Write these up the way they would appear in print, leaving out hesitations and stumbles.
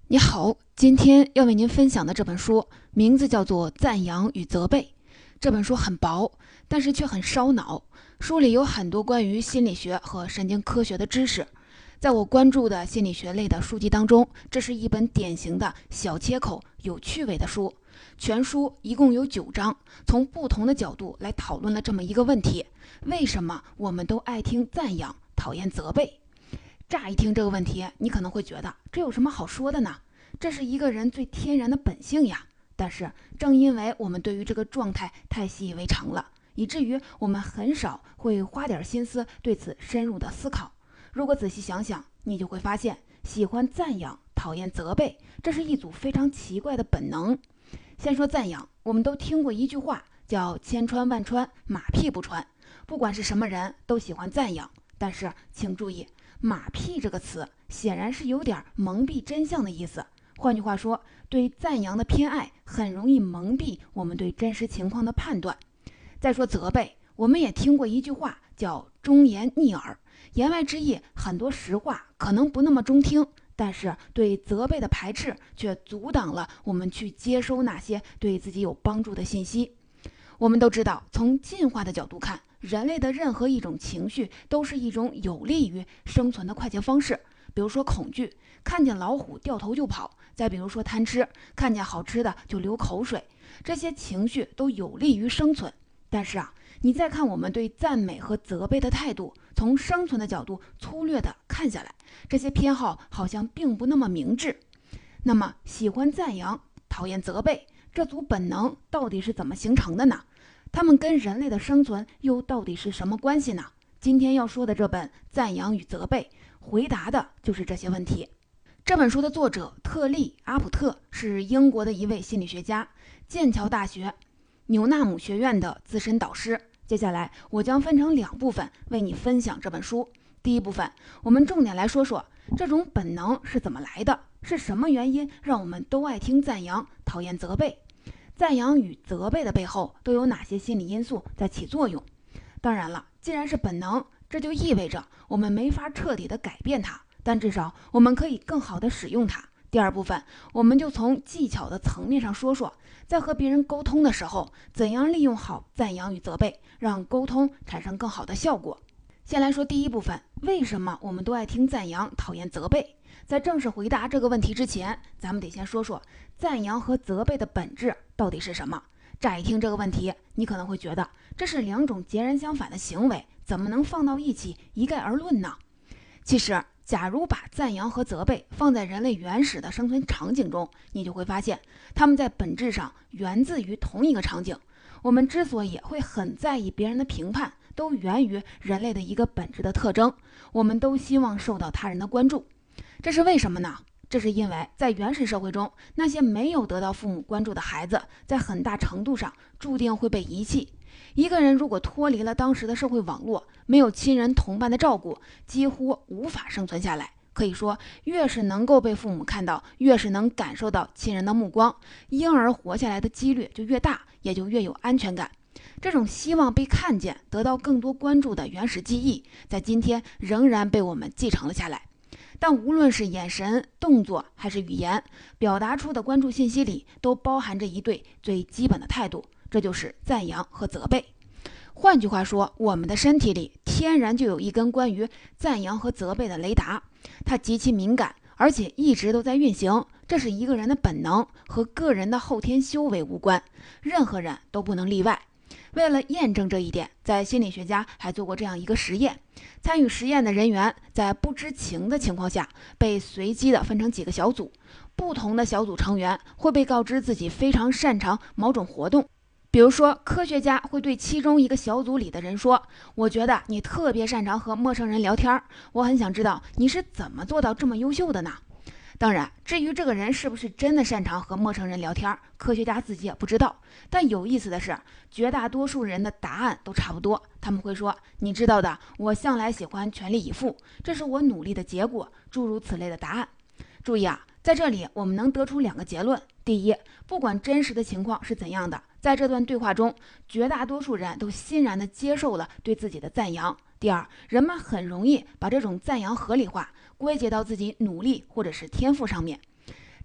你好，今天要为您分享的这本书名字叫做《赞扬与责备》。这本书很薄，但是却很烧脑。书里有很多关于心理学和神经科学的知识。在我关注的心理学类的书籍当中，这是一本典型的小切口、有趣味的书。全书一共有9章，从不同的角度来讨论了这么一个问题：为什么我们都爱听赞扬，讨厌责备？乍一听这个问题，你可能会觉得这有什么好说的呢？这是一个人最天然的本性呀。但是正因为我们对于这个状态太习以为常了，以至于我们很少会花点心思对此深入的思考。如果仔细想想，你就会发现，喜欢赞扬，讨厌责备，这是一组非常奇怪的本能。先说赞扬，我们都听过一句话，叫千穿万穿，马屁不穿。不管是什么人都喜欢赞扬，但是请注意，马屁这个词显然是有点蒙蔽真相的意思。换句话说，对赞扬的偏爱很容易蒙蔽我们对真实情况的判断。再说责备，我们也听过一句话叫忠言逆耳，言外之意，很多实话可能不那么中听，但是对责备的排斥却阻挡了我们去接收那些对自己有帮助的信息。我们都知道，从进化的角度看，人类的任何一种情绪都是一种有利于生存的快捷方式。比如说恐惧，看见老虎掉头就跑；再比如说贪吃，看见好吃的就流口水。这些情绪都有利于生存。但是你再看我们对赞美和责备的态度，从生存的角度粗略地看下来，这些偏好好像并不那么明智。那么，喜欢赞扬，讨厌责备，这组本能到底是怎么形成的呢？它们跟人类的生存又到底是什么关系呢？今天要说的这本《赞扬与责备》，回答的就是这些问题。这本书的作者特利·阿普特是英国的一位心理学家，剑桥大学纽纳姆学院的资深导师。接下来我将分成2部分为你分享这本书。第一部分，我们重点来说说这种本能是怎么来的，是什么原因让我们都爱听赞扬，讨厌责备？赞扬与责备的背后都有哪些心理因素在起作用？当然了，既然是本能，这就意味着我们没法彻底的改变它，但至少我们可以更好的使用它。第二部分，我们就从技巧的层面上说说，在和别人沟通的时候，怎样利用好赞扬与责备，让沟通产生更好的效果。先来说第一部分，为什么我们都爱听赞扬，讨厌责备？在正式回答这个问题之前，咱们得先说说赞扬和责备的本质到底是什么。乍一听这个问题，你可能会觉得这是2种截然相反的行为，怎么能放到一起一概而论呢？其实，假如把赞扬和责备放在人类原始的生存场景中，你就会发现，他们在本质上源自于同一个场景。我们之所以会很在意别人的评判，都源于人类的一个本质的特征，我们都希望受到他人的关注。这是为什么呢？这是因为在原始社会中，那些没有得到父母关注的孩子，在很大程度上注定会被遗弃。一个人如果脱离了当时的社会网络，没有亲人同伴的照顾，几乎无法生存下来。可以说，越是能够被父母看到，越是能感受到亲人的目光，婴儿活下来的几率就越大，也就越有安全感。这种希望被看见、得到更多关注的原始记忆，在今天仍然被我们继承了下来。但无论是眼神、动作还是语言，表达出的关注信息里，都包含着一对最基本的态度，这就是赞扬和责备。换句话说，我们的身体里天然就有一根关于赞扬和责备的雷达，它极其敏感，而且一直都在运行。这是一个人的本能，和个人的后天修为无关，任何人都不能例外。为了验证这一点，在心理学家还做过这样一个实验：参与实验的人员在不知情的情况下，被随机的分成几个小组，不同的小组成员会被告知自己非常擅长某种活动。比如说，科学家会对其中一个小组里的人说：“我觉得你特别擅长和陌生人聊天，我很想知道你是怎么做到这么优秀的呢？”当然，至于这个人是不是真的擅长和陌生人聊天，科学家自己也不知道。但有意思的是，绝大多数人的答案都差不多。他们会说：“你知道的，我向来喜欢全力以赴，这是我努力的结果。”诸如此类的答案。注意在这里我们能得出2个结论：第一，不管真实的情况是怎样的，在这段对话中，绝大多数人都欣然地接受了对自己的赞扬。第二，人们很容易把这种赞扬合理化，归结到自己努力或者是天赋上面。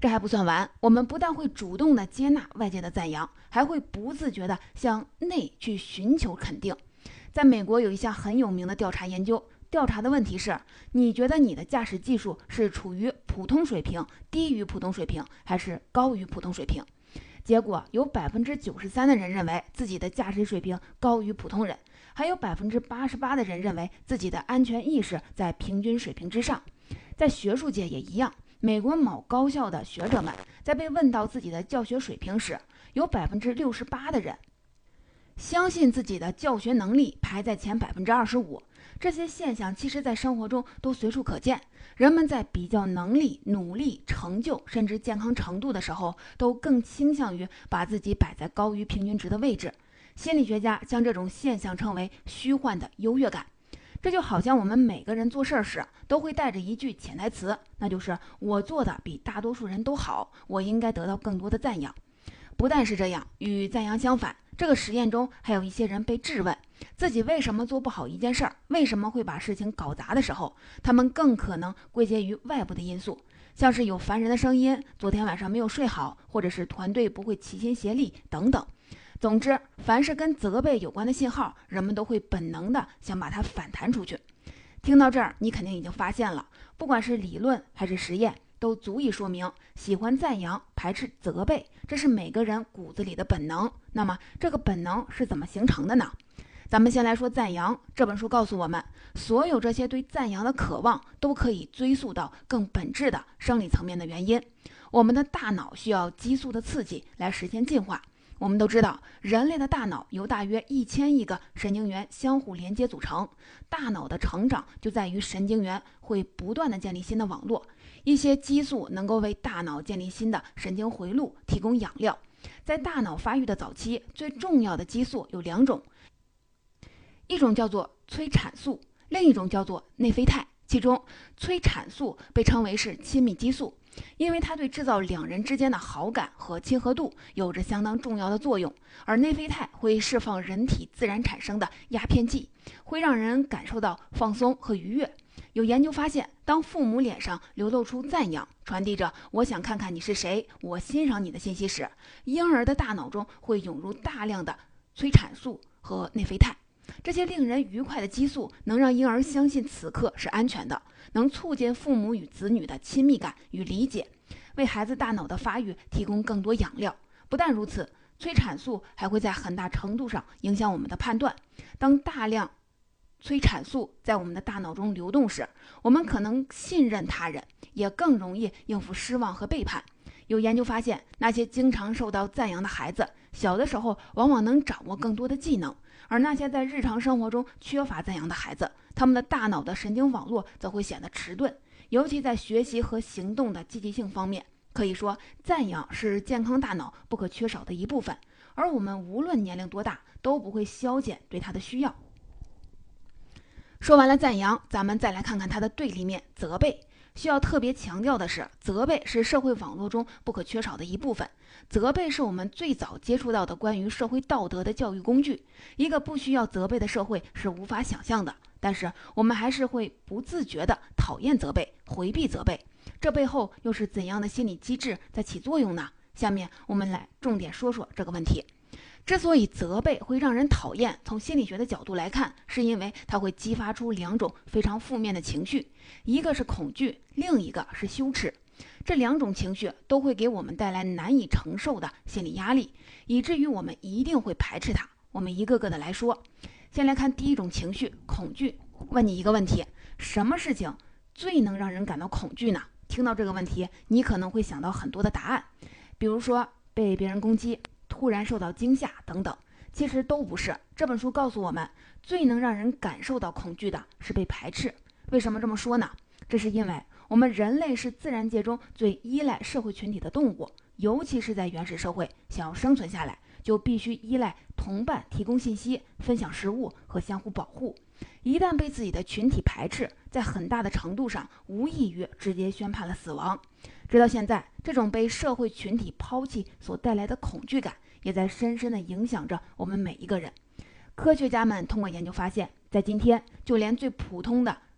这还不算完，我们不但会主动的接纳外界的赞扬，还会不自觉的向内去寻求肯定。在美国有一项很有名的调查研究，调查的问题是：你觉得你的驾驶技术是处于普通水平、低于普通水平，还是高于普通水平？结果有93%的人认为自己的驾驶水平高于普通人，还有88%的人认为自己的安全意识在平均水平之上。在学术界也一样，美国某高校的学者们在被问到自己的教学水平时，有68%的人相信自己的教学能力排在前25%。这些现象其实在生活中都随处可见。人们在比较能力、努力、成就甚至健康程度的时候，都更倾向于把自己摆在高于平均值的位置。心理学家将这种现象称为虚幻的优越感。这就好像我们每个人做事时都会带着一句潜台词，那就是我做的比大多数人都好，我应该得到更多的赞扬。不但是这样，与赞扬相反，这个实验中还有一些人被质问自己为什么做不好一件事儿，为什么会把事情搞砸的时候，他们更可能归结于外部的因素，像是有烦人的声音，昨天晚上没有睡好，或者是团队不会齐心协力等等。总之，凡是跟责备有关的信号，人们都会本能的想把它反弹出去。听到这儿，你肯定已经发现了，不管是理论还是实验，都足以说明喜欢赞扬、排斥责备，这是每个人骨子里的本能。那么，这个本能是怎么形成的呢？咱们先来说赞扬。这本书告诉我们，所有这些对赞扬的渴望都可以追溯到更本质的生理层面的原因。我们的大脑需要激素的刺激来实现进化。我们都知道，人类的大脑由大约1000亿个神经元相互连接组成。大脑的成长就在于神经元会不断的建立新的网络，一些激素能够为大脑建立新的神经回路提供养料。在大脑发育的早期，最重要的激素有2种，一种叫做催产素，另一种叫做内啡肽。其中，催产素被称为是亲密激素，因为它对制造两人之间的好感和亲和度有着相当重要的作用。而内啡肽会释放人体自然产生的鸦片剂，会让人感受到放松和愉悦。有研究发现，当父母脸上流露出赞扬，传递着我想看看你是谁，我欣赏你的信息时，婴儿的大脑中会涌入大量的催产素和内啡肽。这些令人愉快的激素能让婴儿相信此刻是安全的，能促进父母与子女的亲密感与理解，为孩子大脑的发育提供更多养料。不但如此，催产素还会在很大程度上影响我们的判断。当大量催产素在我们的大脑中流动时，我们可能信任他人，也更容易应付失望和背叛。有研究发现，那些经常受到赞扬的孩子，小的时候往往能掌握更多的技能，而那些在日常生活中缺乏赞扬的孩子，他们的大脑的神经网络则会显得迟钝，尤其在学习和行动的积极性方面。可以说，赞扬是健康大脑不可缺少的一部分，而我们无论年龄多大，都不会消减对它的需要。说完了赞扬，咱们再来看看它的对立面——责备。需要特别强调的是，责备是社会网络中不可缺少的一部分。责备是我们最早接触到的关于社会道德的教育工具。一个不需要责备的社会是无法想象的，但是我们还是会不自觉地讨厌责备，回避责备。这背后又是怎样的心理机制在起作用呢？下面我们来重点说说这个问题。之所以责备会让人讨厌，从心理学的角度来看，是因为它会激发出2种非常负面的情绪，一个是恐惧，另一个是羞耻。这2种情绪都会给我们带来难以承受的心理压力，以至于我们一定会排斥它。我们一个个的来说。先来看第一种情绪，恐惧。问你一个问题，什么事情最能让人感到恐惧呢？听到这个问题，你可能会想到很多的答案，比如说被别人攻击，突然受到惊吓等等。其实都不是。这本书告诉我们，最能让人感受到恐惧的是被排斥。为什么这么说呢？这是因为我们人类是自然界中最依赖社会群体的动物，尤其是在原始社会，想要生存下来，就必须依赖同伴提供信息、分享食物和相互保护。一旦被自己的群体排斥，在很大的程度上无异于直接宣判了死亡。直到现在，这种被社会群体抛弃所带来的恐惧感，也在深深地影响着我们每一个人。科学家们通过研究发现，在今天，就连最普通的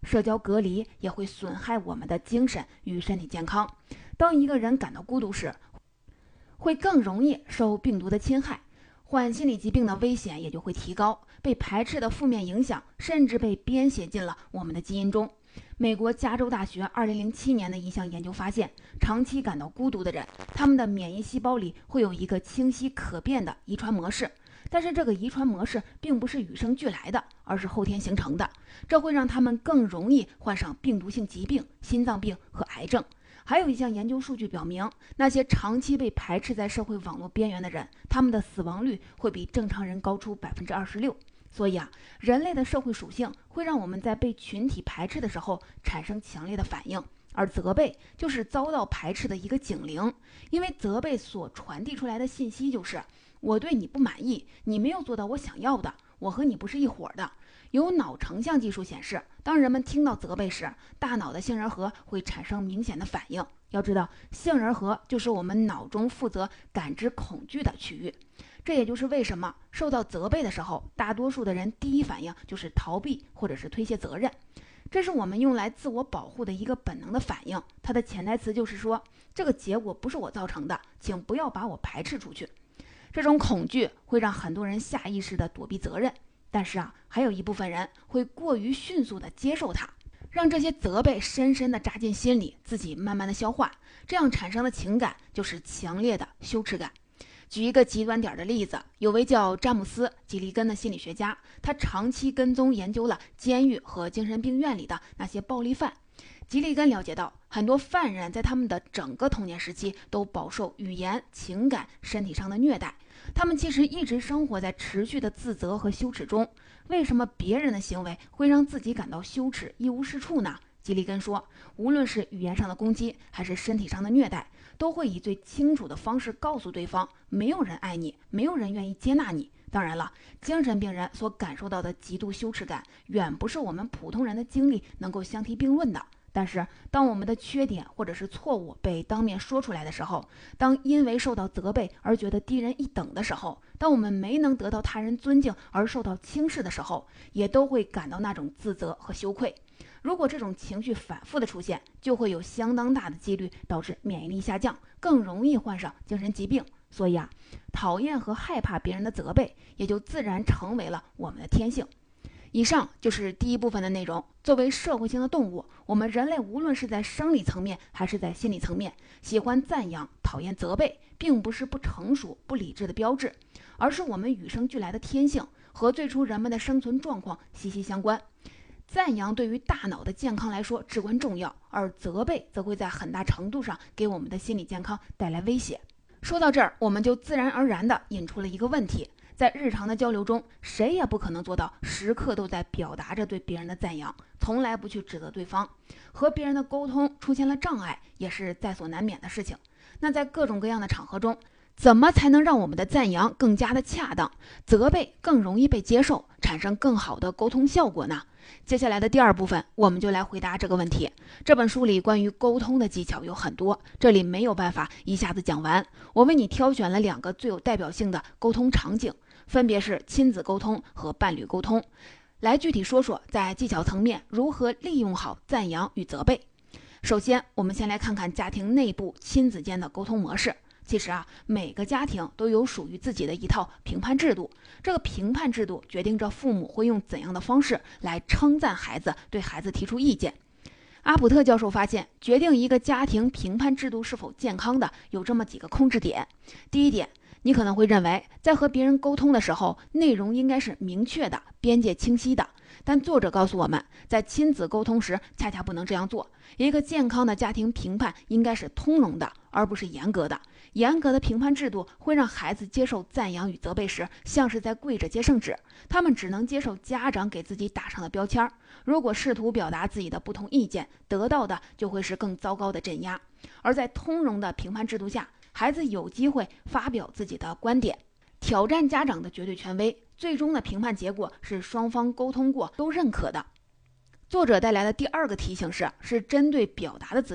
社交隔离也会损害我们的精神与身体健康。当一个人感到孤独时，会更容易受病毒的侵害，患心理疾病的危险也就会提高，被排斥的负面影响甚至被编写进了我们的基因中。美国加州大学2007年的一项研究发现，长期感到孤独的人，他们的免疫细胞里会有一个清晰可辨的遗传模式，但是这个遗传模式并不是与生俱来的，而是后天形成的，这会让他们更容易患上病毒性疾病、心脏病和癌症。还有一项研究数据表明，那些长期被排斥在社会网络边缘的人，他们的死亡率会比正常人高出26%。所以人类的社会属性会让我们在被群体排斥的时候产生强烈的反应，而责备就是遭到排斥的一个警铃。因为责备所传递出来的信息就是，我对你不满意，你没有做到我想要的，我和你不是一伙的。有脑成像技术显示，当人们听到责备时，大脑的杏仁核会产生明显的反应。要知道，杏仁核就是我们脑中负责感知恐惧的区域。这也就是为什么受到责备的时候，大多数的人第一反应就是逃避或者是推卸责任。这是我们用来自我保护的一个本能的反应，它的潜台词就是说，这个结果不是我造成的，请不要把我排斥出去。这种恐惧会让很多人下意识地躲避责任，但是还有一部分人会过于迅速地接受它，让这些责备深深地扎进心里，自己慢慢地消化，这样产生的情感就是强烈的羞耻感。举一个极端点的例子，有位叫詹姆斯·吉利根的心理学家，他长期跟踪研究了监狱和精神病院里的那些暴力犯。吉利根了解到，很多犯人在他们的整个童年时期都饱受语言、情感、身体上的虐待，他们其实一直生活在持续的自责和羞耻中。为什么别人的行为会让自己感到羞耻、一无是处呢？吉利根说，无论是语言上的攻击还是身体上的虐待，都会以最清楚的方式告诉对方，没有人爱你，没有人愿意接纳你。当然了，精神病人所感受到的极度羞耻感，远不是我们普通人的经历能够相提并论的。但是当我们的缺点或者是错误被当面说出来的时候，当因为受到责备而觉得低人一等的时候，当我们没能得到他人尊敬而受到轻视的时候，也都会感到那种自责和羞愧。如果这种情绪反复的出现，就会有相当大的几率导致免疫力下降，更容易患上精神疾病。所以讨厌和害怕别人的责备，也就自然成为了我们的天性。以上就是第一部分的内容。作为社会性的动物，我们人类无论是在生理层面还是在心理层面，喜欢赞扬、讨厌责备，并不是不成熟、不理智的标志，而是我们与生俱来的天性，和最初人们的生存状况息息相关。赞扬对于大脑的健康来说至关重要，而责备则会在很大程度上给我们的心理健康带来威胁。说到这儿，我们就自然而然地引出了一个问题，在日常的交流中，谁也不可能做到时刻都在表达着对别人的赞扬，从来不去指责对方。和别人的沟通出现了障碍，也是在所难免的事情。那在各种各样的场合中，怎么才能让我们的赞扬更加的恰当，责备更容易被接受，产生更好的沟通效果呢？接下来的第二部分，我们就来回答这个问题。这本书里关于沟通的技巧有很多，这里没有办法一下子讲完。我为你挑选了2个最有代表性的沟通场景，分别是亲子沟通和伴侣沟通。来具体说说在技巧层面如何利用好赞扬与责备。首先，我们先来看看家庭内部亲子间的沟通模式。其实每个家庭都有属于自己的一套评判制度，这个评判制度决定着父母会用怎样的方式来称赞孩子，对孩子提出意见。阿普特教授发现，决定一个家庭评判制度是否健康的有这么几个控制点。第一点，你可能会认为在和别人沟通的时候，内容应该是明确的、边界清晰的，但作者告诉我们，在亲子沟通时恰恰不能这样做。一个健康的家庭评判应该是通融的，而不是严格的。严格的评判制度会让孩子接受赞扬与责备时，像是在跪着接圣旨，他们只能接受家长给自己打上的标签。如果试图表达自己的不同意见，得到的就会是更糟糕的镇压。而在通融的评判制度下，孩子有机会发表自己的观点，挑战家长的绝对权威，最终的评判结果是双方沟通过都认可的。作者带来的第2个提醒是针对表达的姿态。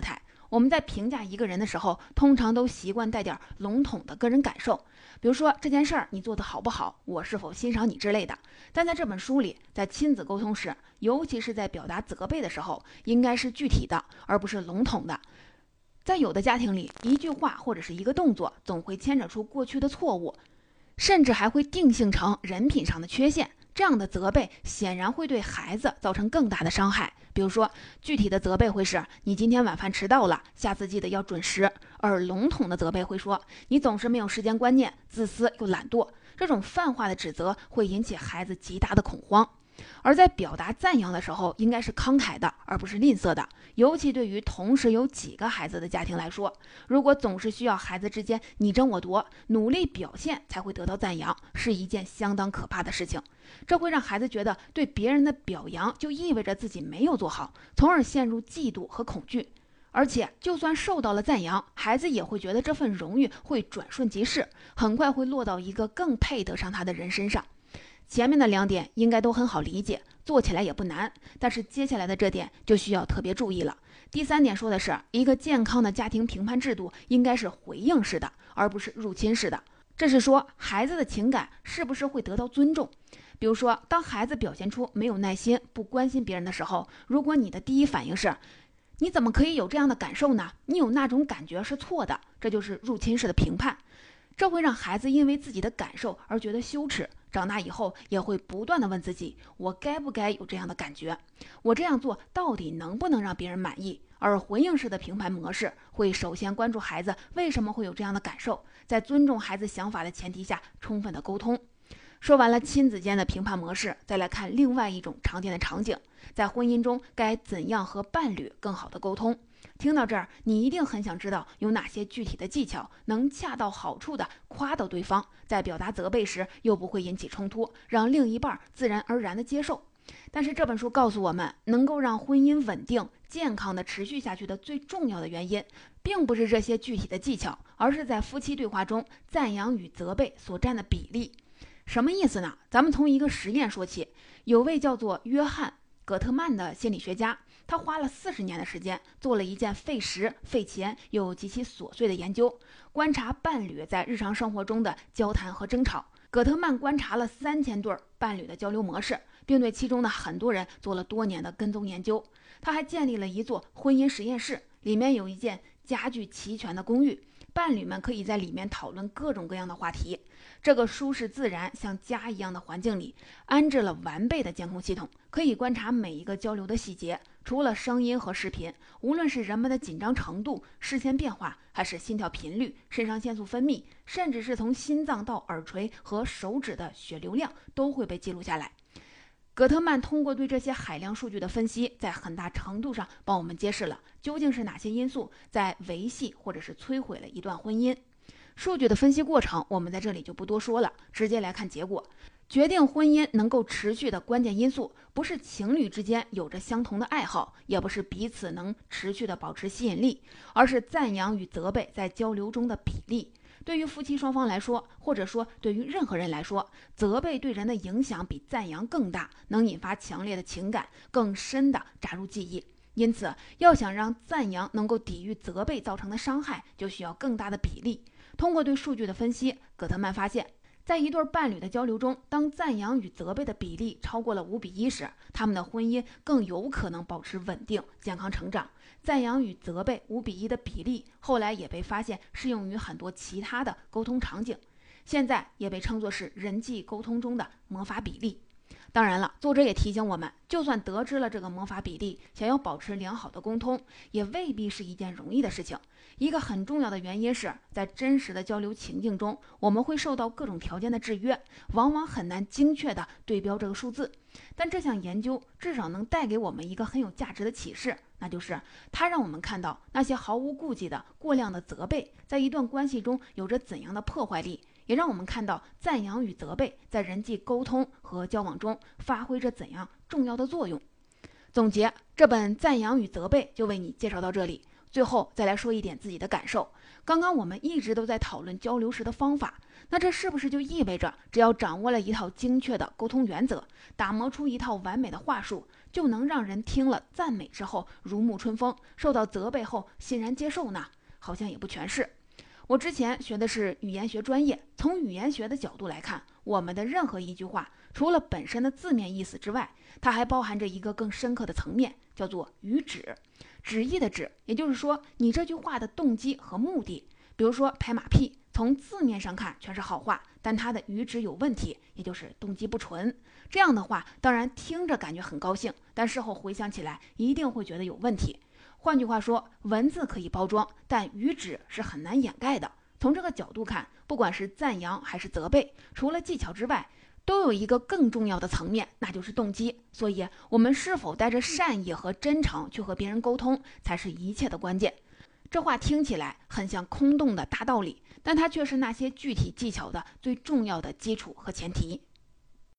我们在评价一个人的时候，通常都习惯带点笼统的个人感受，比如说这件事儿你做得好不好，我是否欣赏你之类的。但在这本书里，在亲子沟通时，尤其是在表达责备的时候，应该是具体的，而不是笼统的。在有的家庭里，一句话或者是一个动作，总会牵扯出过去的错误，甚至还会定性成人品上的缺陷。这样的责备显然会对孩子造成更大的伤害。比如说，具体的责备会是你今天晚饭迟到了，下次记得要准时；而笼统的责备会说你总是没有时间观念，自私又懒惰。这种泛化的指责会引起孩子极大的恐慌。而在表达赞扬的时候，应该是慷慨的，而不是吝啬的。尤其对于同时有几个孩子的家庭来说，如果总是需要孩子之间你争我夺，努力表现才会得到赞扬，是一件相当可怕的事情。这会让孩子觉得对别人的表扬就意味着自己没有做好，从而陷入嫉妒和恐惧。而且，就算受到了赞扬，孩子也会觉得这份荣誉会转瞬即逝，很快会落到一个更配得上他的人身上。前面的2点应该都很好理解，做起来也不难，但是接下来的这点就需要特别注意了。第3点说的是，一个健康的家庭评判制度应该是回应式的，而不是入侵式的。这是说孩子的情感是不是会得到尊重。比如说，当孩子表现出没有耐心、不关心别人的时候，如果你的第一反应是你怎么可以有这样的感受呢？你有那种感觉是错的，这就是入侵式的评判。这会让孩子因为自己的感受而觉得羞耻，长大以后也会不断地问自己，我该不该有这样的感觉？我这样做到底能不能让别人满意？而回应式的评判模式会首先关注孩子为什么会有这样的感受，在尊重孩子想法的前提下充分的沟通。说完了亲子间的评判模式，再来看另外一种常见的场景，在婚姻中该怎样和伴侣更好的沟通。听到这儿，你一定很想知道有哪些具体的技巧能恰到好处地夸到对方，在表达责备时又不会引起冲突，让另一半自然而然地接受。但是这本书告诉我们，能够让婚姻稳定、健康地持续下去的最重要的原因，并不是这些具体的技巧，而是在夫妻对话中赞扬与责备所占的比例。什么意思呢？咱们从一个实验说起。有位叫做约翰·葛特曼的心理学家，他花了40年的时间，做了一件费时费钱又极其琐碎的研究，观察伴侣在日常生活中的交谈和争吵。葛特曼观察了3000对伴侣的交流模式，并对其中的很多人做了多年的跟踪研究。他还建立了一座婚姻实验室，里面有一间家具齐全的公寓，伴侣们可以在里面讨论各种各样的话题。这个舒适自然像家一样的环境里，安置了完备的监控系统，可以观察每一个交流的细节。除了声音和视频，无论是人们的紧张程度、视线变化，还是心跳频率、肾上腺素分泌，甚至是从心脏到耳垂和手指的血流量，都会被记录下来。葛特曼通过对这些海量数据的分析，在很大程度上帮我们揭示了究竟是哪些因素在维系或者是摧毁了一段婚姻。数据的分析过程我们在这里就不多说了，直接来看结果。决定婚姻能够持续的关键因素，不是情侣之间有着相同的爱好，也不是彼此能持续的保持吸引力，而是赞扬与责备在交流中的比例。对于夫妻双方来说，或者说对于任何人来说，责备对人的影响比赞扬更大，能引发强烈的情感，更深的扎入记忆。因此，要想让赞扬能够抵御责备造成的伤害，就需要更大的比例。通过对数据的分析，葛特曼发现，在一对伴侣的交流中，当赞扬与责备的比例超过了5:1时，他们的婚姻更有可能保持稳定、健康成长。赞扬与责备5:1的比例，后来也被发现适用于很多其他的沟通场景，现在也被称作是人际沟通中的魔法比例。当然了，作者也提醒我们，就算得知了这个魔法比例，想要保持良好的沟通，也未必是一件容易的事情。一个很重要的原因是在真实的交流情境中，我们会受到各种条件的制约，往往很难精确地对标这个数字。但这项研究至少能带给我们一个很有价值的启示，那就是它让我们看到那些毫无顾忌的过量的责备，在一段关系中有着怎样的破坏力，也让我们看到赞扬与责备在人际沟通和交往中发挥着怎样重要的作用。总结，这本《赞扬与责备》就为你介绍到这里。最后再来说一点自己的感受。刚刚我们一直都在讨论交流时的方法，那这是不是就意味着只要掌握了一套精确的沟通原则，打磨出一套完美的话术， 就能让人听了赞美之后如沐春风，受到责备后欣然接受呢？好像也不全是。我之前学的是语言学专业，从语言学的角度来看，我们的任何一句话，除了本身的字面意思之外，它还包含着一个更深刻的层面，叫做语旨。旨意的旨，也就是说你这句话的动机和目的。比如说拍马屁，从字面上看全是好话，但它的语旨有问题，也就是动机不纯。这样的话当然听着感觉很高兴，但事后回想起来一定会觉得有问题。换句话说，文字可以包装，但语旨是很难掩盖的。从这个角度看，不管是赞扬还是责备，除了技巧之外，都有一个更重要的层面，那就是动机。所以我们是否带着善意和真诚去和别人沟通，才是一切的关键。这话听起来很像空洞的大道理，但它却是那些具体技巧的最重要的基础和前提。